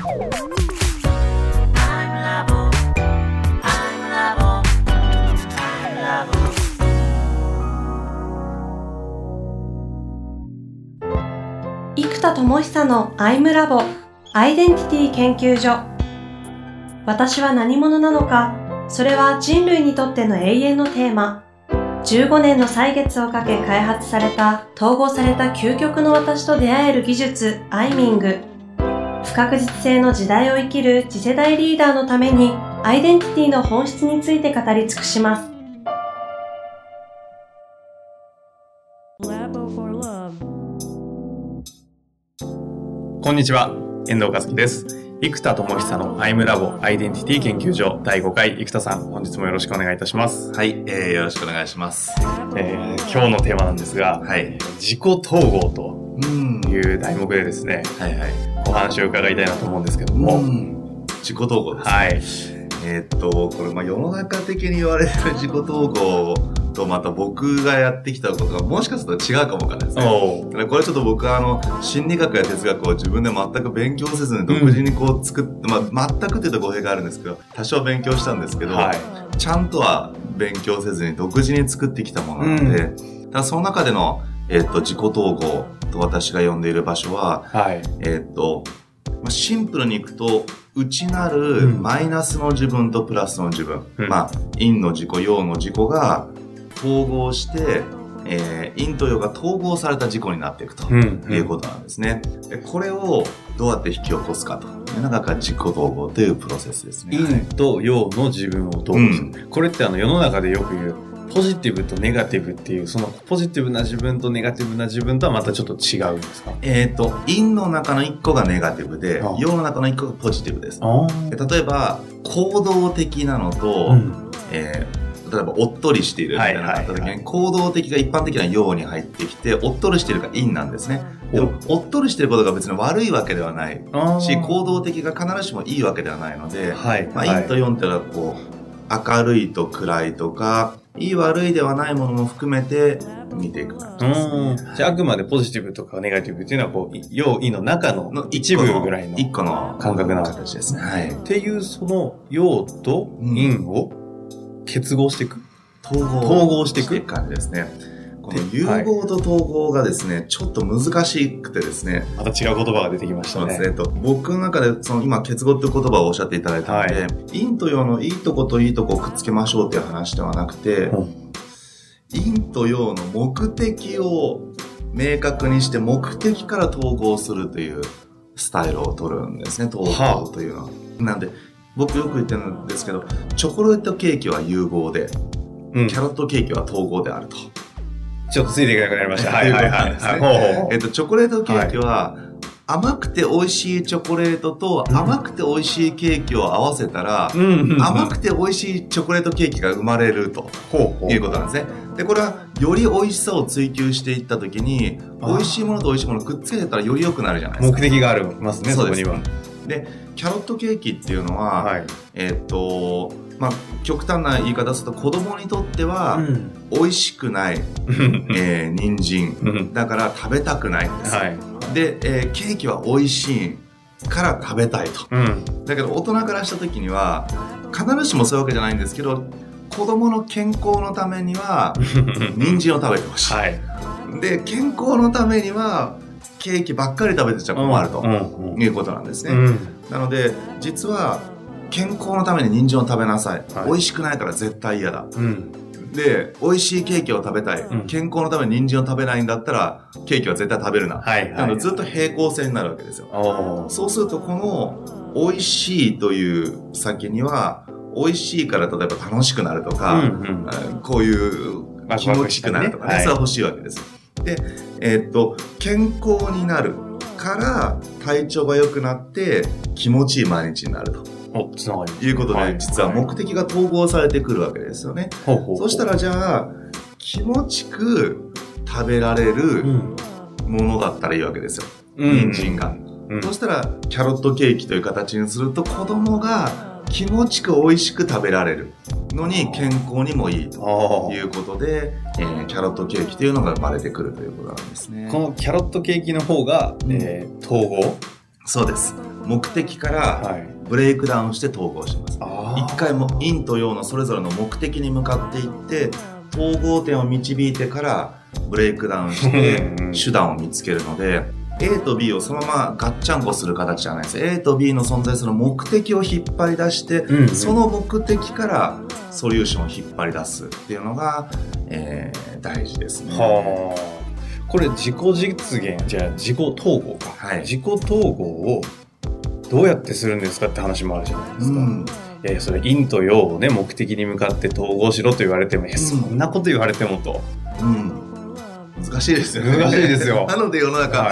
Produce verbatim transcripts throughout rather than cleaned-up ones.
生田智久のアイムラボアイデンティティ研究所。私は何者なのか、それは人類にとっての永遠のテーマ。じゅうごねんの歳月をかけ開発された統合された究極の私と出会える技術アイミング。不確実性の時代を生きる次世代リーダーのためにアイデンティティの本質について語り尽くします。 こんにちは、遠藤和樹です。生田智久のアイムラボアイデンティティ研究所だいごかい、生田さん、本日もよろしくお願いいたします。 はい、えー、よろしくお願いします。 えー、今日のテーマなんですが、はい、自己統合という題目でですね、はいはい、お話を伺いたいなと思うんですけども、 自己統合ですね。はい。えー、っとこれまあ世の中的に言われる自己統合とまた僕がやってきたことがもしかすると違うかもわからないですね。これちょっと僕はあの心理学や哲学を自分で全く勉強せずに独自にこう作って、うん、まあ全くというと語弊があるんですけど、多少勉強したんですけど、はい、ちゃんとは勉強せずに独自に作ってきたものなので、うん、ただその中での、えー、っと自己統合と私が呼んでいる場所は、はい、えー、っとシンプルにいくと内なるマイナスの自分とプラスの自分、うん、まあ陰の自己陽の自己が統合して、えー、陰と陽が統合された自己になっていくということなんですね、うんうん、でこれをどうやって引き起こすかというのが自己統合というプロセスですね。 陰と陽の自分を統合する、うん、これってあの世の中でよく言うポジティブとネガティブっていう、そのポジティブな自分とネガティブな自分とはまたちょっと違うんですか？ えっと、陰の中のいっこがネガティブで、陽の中のいっこがポジティブです。例えば、行動的なのと、うん、えー、例えば、おっとりしているみたいなのがあった時に、はいはいはい、行動的が一般的な陽に入ってきて、おっとりしているが陰なんですね。でも、おっとりしていることが別に悪いわけではないし、行動的が必ずしもいいわけではないので、はいはい、まあ、陰と陽っていうのは、こう、明るいと暗いとか、いい悪いではないものも含めて見ていく感じですね。 じゃああくまでポジティブとかネガティブっていうのはこう陽陰の中の一部ぐらいの一個の感覚な形ですね。はい。 っていうその陽と陰を結合していく、 統合統合していく感じですね。この融合と統合がですね、はい、ちょっと難しくてですね。 また違う言葉が出てきましたね。 そうですね。と僕の中でその今結合っていう言葉をおっしゃっていただいたので、はい、陰と陽のいいとこといいとこをくっつけましょうっていう話ではなくて、うん、陰と陽の目的を明確にして目的から統合するというスタイルを取るんですね、統合というのは。はあ、なんで僕よく言ってるんですけど、チョコレートケーキは融合で、うん、キャロットケーキは統合であると。 ちょっとついていけなくなりました。 はいはいはい。えっと、チョコレートケーキは、甘くて美味しいチョコレートと甘くて美味しいケーキを合わせたら、うん、甘くて美味しいチョコレートケーキが生まれるということなんですね。で、これはより美味しさを追求していったときに、美味しいものと美味しいものをくっつけてたらより良くなるじゃないですか。 目的がありますね、そこには。 で、キャロットケーキっていうのは、はい、えー、っと、まあ、極端な言い方すると子供にとっては美味しくない、うん、えー、人参だから食べたくないんです、はい、で、えー、ケーキは美味しいから食べたいと、うん、だけど大人からした時には必ずしもそういうわけじゃないんですけど、子供の健康のためには人参を食べてほしい、はい、で健康のためにはケーキばっかり食べてちゃ困るということなんですね、うんうん、なので実は健康のために人参を食べなさい、はい、美味しくないから絶対嫌だ、うん、で美味しいケーキを食べたい、うん、健康のために人参を食べないんだったらケーキは絶対食べるな、はいはい、なのでずっと平行線になるわけですよ。そうするとこの美味しいという先には美味しいから例えば楽しくなるとか、うんうん、こういう気持ちよくなるとか、ね、はい、それは欲しいわけです。で、えー、っと健康になるから体調が良くなって気持ちいい毎日になるとつながります、 いうことで、はい、実は目的が統合されてくるわけですよね、はい、そしたらじゃあ気持ちく食べられるものだったらいいわけですよ、うん、人参が、うん、そしたらキャロットケーキという形にすると子供が気持ちく美味しく食べられるのに健康にもいいということで、えー、キャロットケーキというのが生まれてくるということなんですね。 このキャロットケーキの方が、えー、統合そうです。 目的からブレイクダウンして統合します。一回も陰と陽のそれぞれの目的に向かっていって統合点を導いてからブレイクダウンして手段を見つけるので、A と B をそのままガッチャンコする形じゃないです。 A と B の存在する目的を引っ張り出して、うんうん、その目的からソリューションを引っ張り出すっていうのが、えー、大事ですね。 はあ、これ自己実現じゃあ自己統合か、はい、自己統合をどうやってするんですかって話もあるじゃないですか、うん、いやいやそれ陰と陽をね目的に向かって統合しろと言われても、いやそんなこと言われてもと、うん、 難しいですよね。 難しいですよ。 なので世の中、はい、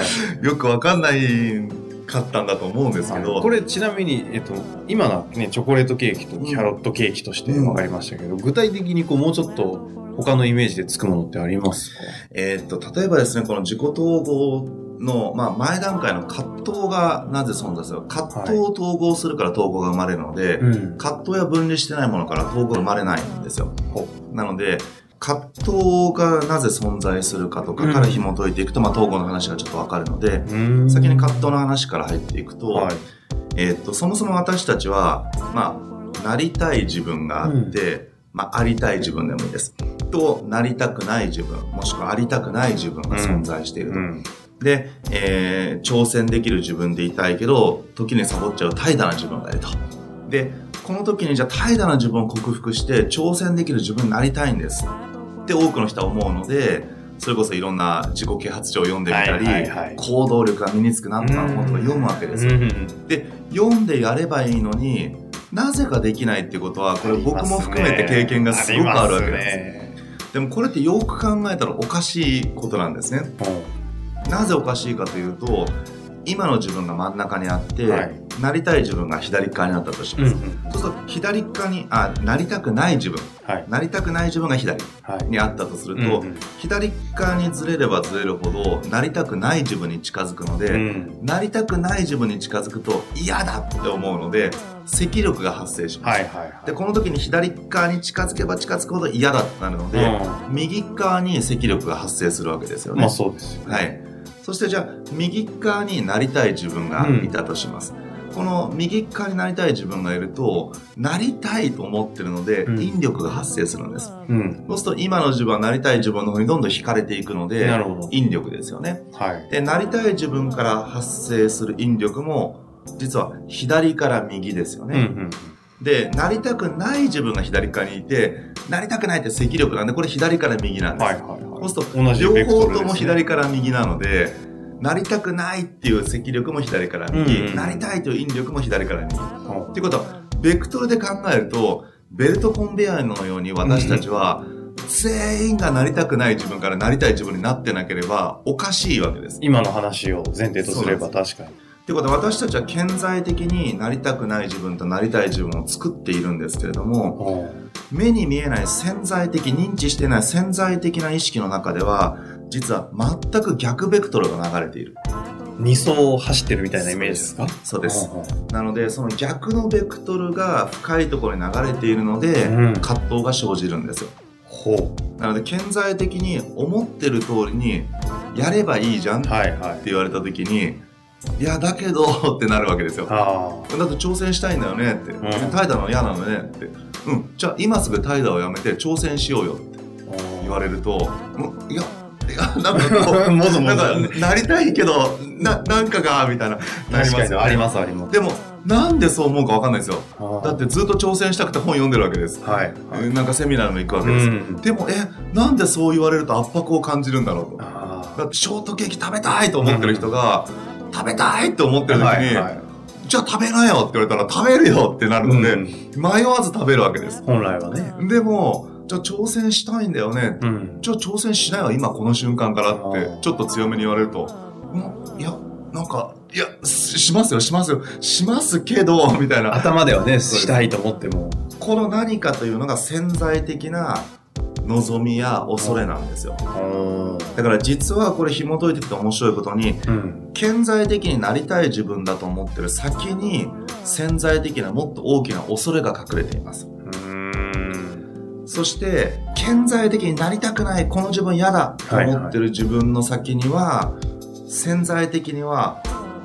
よくわかんないかったんだと思うんですけど、 はい、これちなみに、えっと、今の、ね、チョコレートケーキとキャロットケーキとして分かりましたけど、うん、具体的にこうもうちょっと他のイメージでつくものってありますか？ えー、っと例えばですね、この自己統合の、まあ、前段階の葛藤がなぜ存在するか、葛藤を統合するから統合が生まれるので、はい、葛藤や分離してないものから統合が生まれないんですよ。うん、なので葛藤がなぜ存在するかとかから紐解いていくと、うん、まあ、統合の話がちょっとわかるので、先に葛藤の話から入っていくと、はい、えー、っとそもそも私たちは、まあ、なりたい自分があって、うん、まあ、ありたい自分でもいいですと、なりたくない自分もしくはありたくない自分が存在していると、うんうん、で、えー、挑戦できる自分でいたいけど時にサボっちゃう怠惰な自分がいると。でこの時にじゃあ怠惰な自分を克服して挑戦できる自分になりたいんですって多くの人は思うので、それこそいろんな自己啓発書を読んでみたり、はいはいはい、行動力が身につくなんとかの本とか読むわけですよ、うん、で読んでやればいいのになぜかできないっていうことは、これ僕も含めて経験がすごくあるわけです。でもこれってよく考えたらおかしいことなんですね、うん、なぜおかしいかというと、今の自分が真ん中にあって、はい、なりたい自分が左側になったとします、うんうん、そうすると左側にあなりたくない自分、はい、なりたくない自分が左にあったとすると、はい、うんうん、左側にずれればずれるほどなりたくない自分に近づくので、うん、なりたくない自分に近づくと嫌だって思うので積力が発生します、はいはいはい、でこの時に左側に近づけば近づくほど嫌だってなるので、うん、右側に積力が発生するわけですよね。 まあそうですよね。 はい。そしてじゃあ右側になりたい自分がいたとします、うん、この右側になりたい自分がいるとなりたいと思ってるので、うん、引力が発生するんです、うん、そうすると今の自分はなりたい自分の方にどんどん惹かれていくので引力ですよね、はい、でなりたい自分から発生する引力も実は左から右ですよね、うんうん、でなりたくない自分が左側にいて、なりたくないって積力なんでこれ左から右なんです、はいはいはい、そうすると同じ両方とも左から右なので、なりたくないっていう積力も左から右、うんうん、なりたいという引力も左から右、うん、っていうことはベクトルで考えるとベルトコンベヤーのように私たちは全員がなりたくない自分からなりたい自分になってなければおかしいわけです。 今の話を前提とすれば確かに。 ということは私たちは顕在的になりたくない自分となりたい自分を作っているんですけれども、目に見えない潜在的、認知していない潜在的な意識の中では実は全く逆ベクトルが流れている。 二層を走ってるみたいなイメージですか？ そうです。なのでその逆のベクトルが深いところに流れているので、うん、葛藤が生じるんですよ。ほう。なので顕在的に思ってる通りにやればいいじゃんって言われた時に、はいはい、いやだけどってなるわけですよ。だって挑戦したいんだよねって、うん、怠惰の嫌なのねって、うん、じゃあ今すぐ怠惰をやめて挑戦しようよって言われると、うん、いやいやなんかこうもぞもぞなんかなりたいけど な, なんかがみたいななりますよね。 ありますあります。 でもなんでそう思うか分かんないですよ。だってずっと挑戦したくて本読んでるわけです、はいはい、なんかセミナーも行くわけです、うん、でもえなんでそう言われると圧迫を感じるんだろうと。だってショートケーキ食べたいと思ってる人が、うん、食べたいって思ってる時に、はいはい、じゃあ食べなよって言われたら食べるよってなるので、うん、迷わず食べるわけです。 本来はね。 でもじゃあ挑戦したいんだよね、うん、じゃあ挑戦しないわ今この瞬間からってちょっと強めに言われると、うん、いやなんかいや し, しますよしますよしますけどみたいな頭ではねしたいと思ってもこの何かというのが潜在的な望みや恐れなんですよ。だから実はこれ紐解いていくと面白いことに、うん、顕在的になりたい自分だと思ってる先に潜在的なもっと大きな恐れが隠れています。そして顕在的になりたくないこの自分嫌だと思ってる自分の先には、はいはい、潜在的にはとて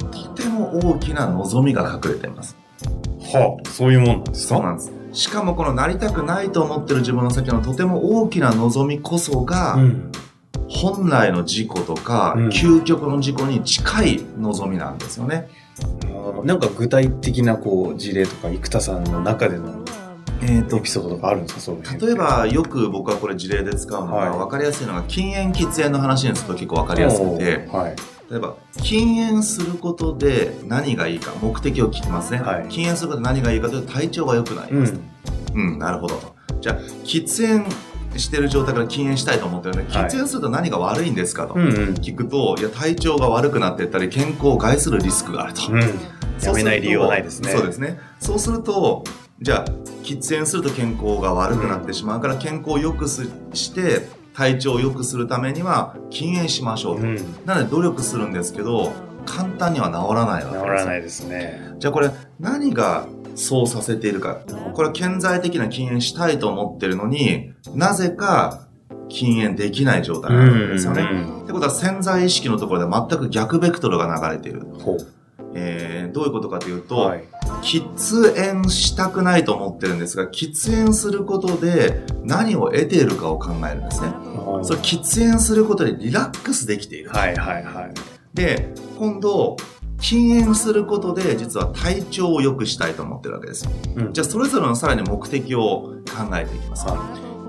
ても大きな望みが隠れています。 はあ、そういうもんなんですか？ そうなんです。しかもこのなりたくないと思ってる自分の先のとても大きな望みこそが、うん、本来の自己とか、うん、究極の自己に近い望みなんですよね。 なんか具体的なこう事例とか生田さんの中でのえー、とエピソードとかあるんですか？そういう例えばよく僕はこれ事例で使うのが、はい、分かりやすいのが禁煙喫煙の話にすると結構分かりやすくて、はい、例えば禁煙することで何がいいか目的を聞きますね、はい、禁煙することで何がいいかというと体調が良くなりますと、うん、うん、なるほどと。じゃあ喫煙してる状態から禁煙したいと思ってるので、喫煙すると何が悪いんですかと聞くと、いや体調が悪くなっていったり健康を害するリスクがあると、うん、 やめない理由はないですね。 そうですね。そうするとじゃあ喫煙すると健康が悪くなってしまうから、健康を良くして体調を良くするためには禁煙しましょうと、うん、なので努力するんですけど簡単には治らないわけです。 治らないですね。 じゃあこれ何がそうさせているか、これは顕在的な禁煙したいと思ってるのになぜか禁煙できない状態なんですよね、うんうんうん、ってことは潜在意識のところで全く逆ベクトルが流れている。ほう、えー、どういうことかというと、はい、喫煙したくないと思ってるんですが、喫煙することで何を得ているかを考えるんですね。それ喫煙することでリラックスできている。 はいはいはい。 で、今度禁煙することで実は体調を良くしたいと思ってるわけです、うん、じゃあそれぞれのさらに目的を考えていきます、はい、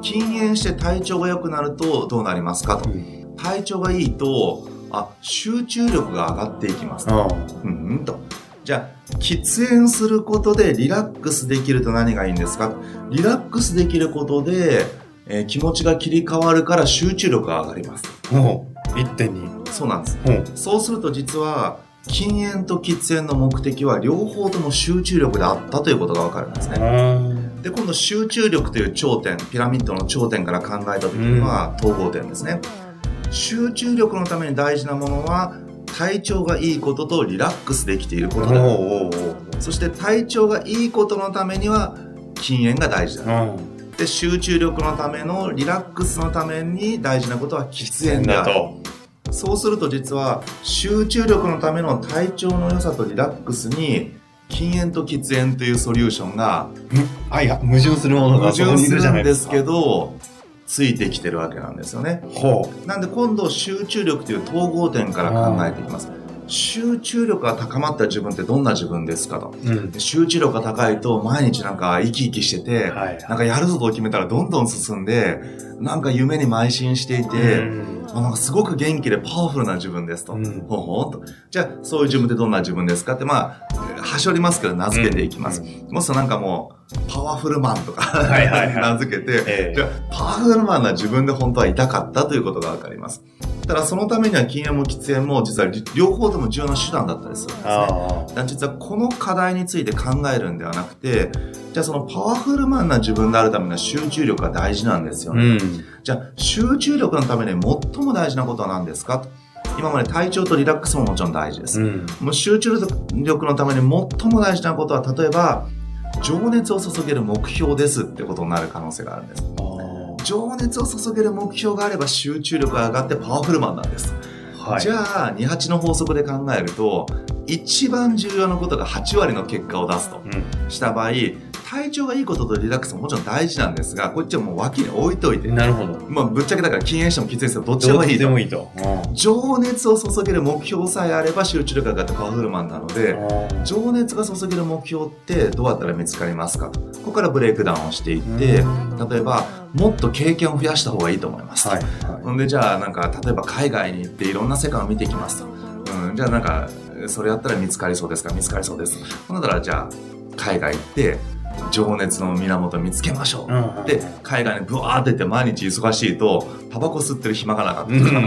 禁煙して体調が良くなるとどうなりますかと、うん、体調がいいとあ集中力が上がっていきますと、うんうんと。じゃあ喫煙することでリラックスできると何がいいんですか。リラックスできることで、えー、気持ちが切り替わるから集中力が上がります。 おう、一点に。 そうなんです。そうすると実は禁煙と喫煙の目的は両方とも集中力であったということが分かるんですね。で、今度集中力という頂点、ピラミッドの頂点から考えた時には統合点ですね。集中力のために大事なものは体調がいいこととリラックスできていることだ。おうおうおう。そして体調がいいことのためには禁煙が大事だ。で、集中力のためのリラックスのために大事なことは喫煙だと。そうすると実は集中力のための体調の良さとリラックスに禁煙と喫煙というソリューションがあいや矛盾するものが矛盾するんですけどついてきてるわけなんですよね。ほう。なんで今度集中力という統合点から考えていきます。集中力が高まった自分ってどんな自分ですかと、うん、集中力が高いと毎日なんか生き生きしてて、はい、なんかやるぞと決めたらどんどん進んでなんか夢に邁進していて、うんなんかすごく元気でパワフルな自分ですと、うん、ほうほうと。じゃあそういう自分ってどんな自分ですかってまあはしょりますけど名付けていきます、うんうん、もっとなんかもうパワフルマンとかはいはい、はい、名付けて、えー、じゃあパワフルマンな自分で本当はいたかったということが分かります。ただそのためには禁煙も喫煙も実は両方とも重要な手段だったりするんですね。だから実はこの課題について考えるんではなくて、じゃあそのパワフルマンな自分であるためには集中力が大事なんですよね、うん、じゃあ集中力のために最も大事なことは何ですかと。今まで体調とリラックスももちろん大事です、うん、もう集中力のために最も大事なことは例えば情熱を注げる目標ですってことになる可能性があるんです。情熱を注げる目標があれば集中力が上がってパワフルマンなんです、はい、じゃあにはちの法則で考えると一番重要なことがはち割の結果を出すと、うん、した場合体調がいいこととリラックスももちろん大事なんですがこっちはもう脇に置いといて、 なるほど、 まあ、ぶっちゃけだから禁煙しても喫煙してもどっちでもいいと、 どっちでもいいと、 うん、情熱を注げる目標さえあれば集中力が上がってパワフルマンなので、情熱が注げる目標ってどうやったら見つかりますかと。ここからブレイクダウンをしていって例えばもっと経験を増やした方がいいと思いますと、はいはい、でじゃあなんか例えば海外に行っていろんな世界を見ていきますと、うん、じゃあなんかそれやったら見つかりそうですか。見つかりそうです。ほんだらじゃあ海外行って情熱の源を見つけましょう、うんうん、で海外にブワーって出て毎日忙しいとタバコ吸ってる暇がなかったとか、うんうん、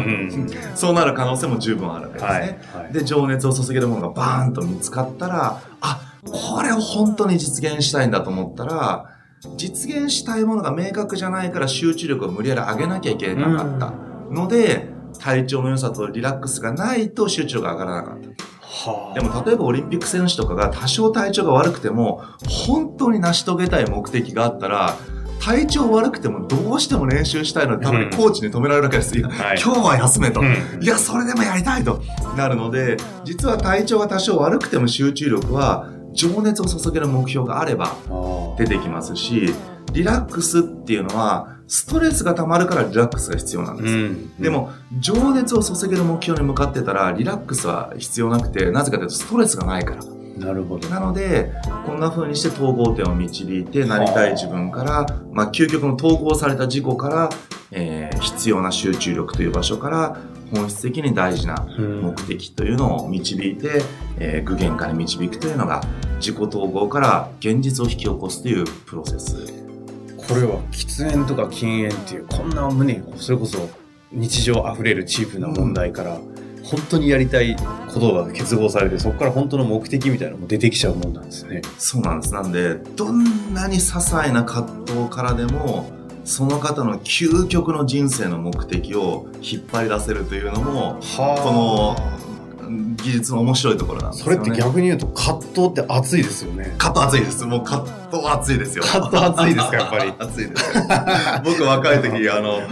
そうなる可能性も十分あるわけですね、はいはい、で情熱を注げるものがバーンと見つかったらあこれを本当に実現したいんだと思ったら実現したいものが明確じゃないから集中力を無理やり上げなきゃいけなかったので、うん、体調の良さとリラックスがないと集中力が上がらなかった。はあ、でも例えばオリンピック選手とかが多少体調が悪くても本当に成し遂げたい目的があったら体調悪くてもどうしても練習したいので、多分コーチに止められるわけです。いや、はい、今日は休めと、うん。いや、それでもやりたいとなるので、実は体調が多少悪くても集中力は、情熱を注げる目標があれば出てきますし、リラックスっていうのは、ストレスが溜まるからリラックスが必要なんです。うんうん、でも、情熱を注げる目標に向かってたら、リラックスは必要なくて、なぜかというとストレスがないから。 なるほど。 なので、こんな風にして統合点を導いて、なりたい自分から、まあ、究極の統合された自己から、えー、必要な集中力という場所から、本質的に大事な目的というのを導いて、えー、具現化に導くというのが、自己統合から現実を引き起こすというプロセス。 これは喫煙とか禁煙っていうこんな胸それこそ日常あふれるチープな問題から、うん、本当にやりたいことが結合されて、そこから本当の目的みたいなのも出てきちゃうもんなんですね。 そうなんです。なんでどんなに些細な葛藤からでもその方の究極の人生の目的を引っ張り出せるというのもこの技術の面白いところなんですよね。 それって逆に言うと葛藤って熱いですよね。 葛藤熱いです。もう葛藤熱いですよ。 葛藤熱いですか、やっぱり。 熱いですよ。僕若い時、あの、はい、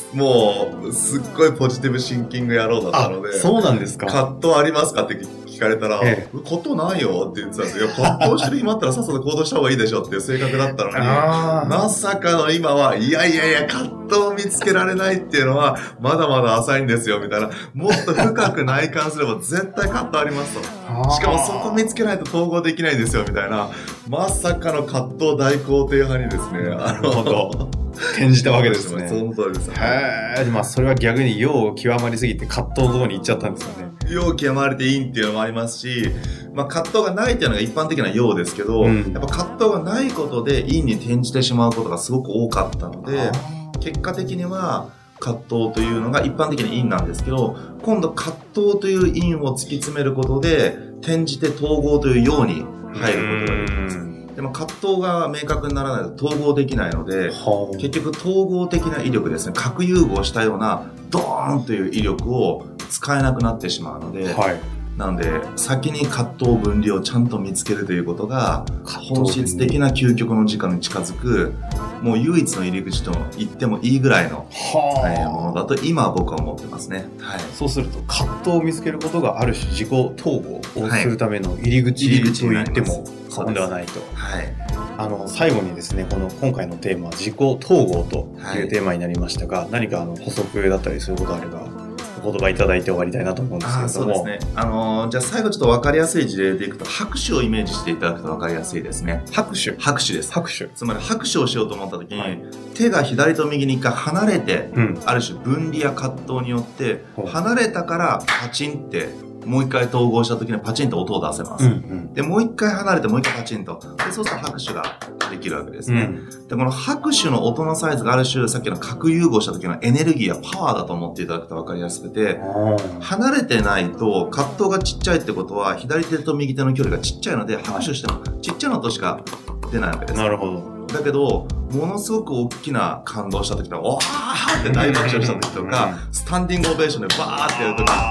もう、すっごいポジティブシンキング野郎だったので。 そうなんですか。 葛藤ありますかって聞かれたら、ええ、葛藤ないよって言ってたんですよ。葛藤してる暇あったらさっさと行動した方がいいでしょっていう性格だったのに、まさかの今は、いやいやいや、葛藤を見つけられないっていうのは、まだまだ浅いんですよ、みたいな。もっと深く内観すれば絶対葛藤ありますと。しかもそこ見つけないと統合できないんですよ、みたいな。まさかの葛藤大肯定派にですね、 なるほど。転じたわけですね。 その通りです。 へー。まあそれは逆に陽を極まりすぎて葛藤のところに行っちゃったんですかね。 陽を極まれて陰っていうのもありますし、まあ葛藤がないっていうのが一般的な陽ですけど、うん、やっぱ葛藤がないことで陰に転じてしまうことがすごく多かったので、結果的には葛藤というのが一般的に陰なんですけど、今度葛藤という陰を突き詰めることで、転じて統合という陽に入ることができます。でも葛藤が明確にならないと統合できないので、結局統合的な威力ですね、核融合したようなドーンという威力を使えなくなってしまうので、はい、なので先に葛藤分離をちゃんと見つけるということが本質的な究極の時間に近づく、もう唯一の入り口と言ってもいいぐらいの、えー、ものだと今は僕は思ってますね。はい、 そうすると葛藤を見つけることがある種自己統合をするための入り口と言っても過言ではないと。はい、あの最後にですね、この今回のテーマは自己統合というテーマになりましたが、はい、何かあの補足だったりすることあればお言葉いただいて終わりたいなと思うんですけれども。 あ、そうですね。あのー、じゃあ最後ちょっと分かりやすい事例でいくと、拍手をイメージしていただくと分かりやすいですね。 拍手拍手です。 拍手。 つまり拍手をしようと思った時に、はい、手が左と右に一回離れて、うん、ある種分離や葛藤によって、離れたからパチンってもう一回統合した時にパチンと音を出せます。うんうん、で、もう一回離れてもう一回パチンと。で、そうすると拍手ができるわけですね。うん、で、この拍手の音のサイズがある種、さっきの核融合した時のエネルギーやパワーだと思っていただくと分かりやすくて、離れてないと葛藤がちっちゃいってことは、左手と右手の距離がちっちゃいので、拍手してもちっちゃな音しか出ないわけです。 なるほど。 だけど、ものすごく大きな感動した時とか、おーって大爆笑した時とか、スタンディングオベーションでバーってやる時って、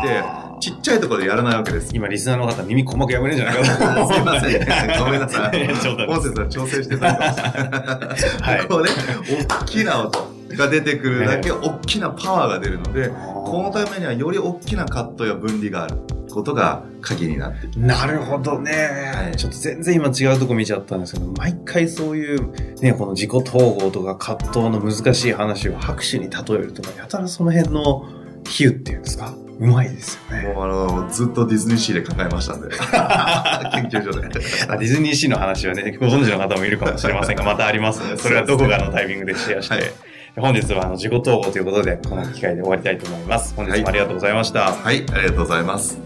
ちっちゃいところでやらないわけです。 今、リスナーの方、耳細く破れるんじゃないかな。 すいません。ごめんなさい。音節は調整してたかもしれない。はい、こうね、大きな音が出てくるだけ、大きなパワーが出るので、このためにはより大きな葛藤や分離があることが鍵になってきます。 なるほどね、はい。ちょっと全然今違うとこ見ちゃったんですけど、毎回そういう、ね、この自己統合とか葛藤の難しい話を拍手に例えるとか、やたらその辺の比喩っていうんですか、うまいですよね。 もうあの、ずっとディズニーシーで考えましたんで。研究所で。 ディズニーシーの話はね、ご存知の方もいるかもしれませんが、またありますので、それはどこかのタイミングでシェアして、はい、本日はあの自己統合ということで、この機会で終わりたいと思います。本日もありがとうございました。 はい、はい、ありがとうございます。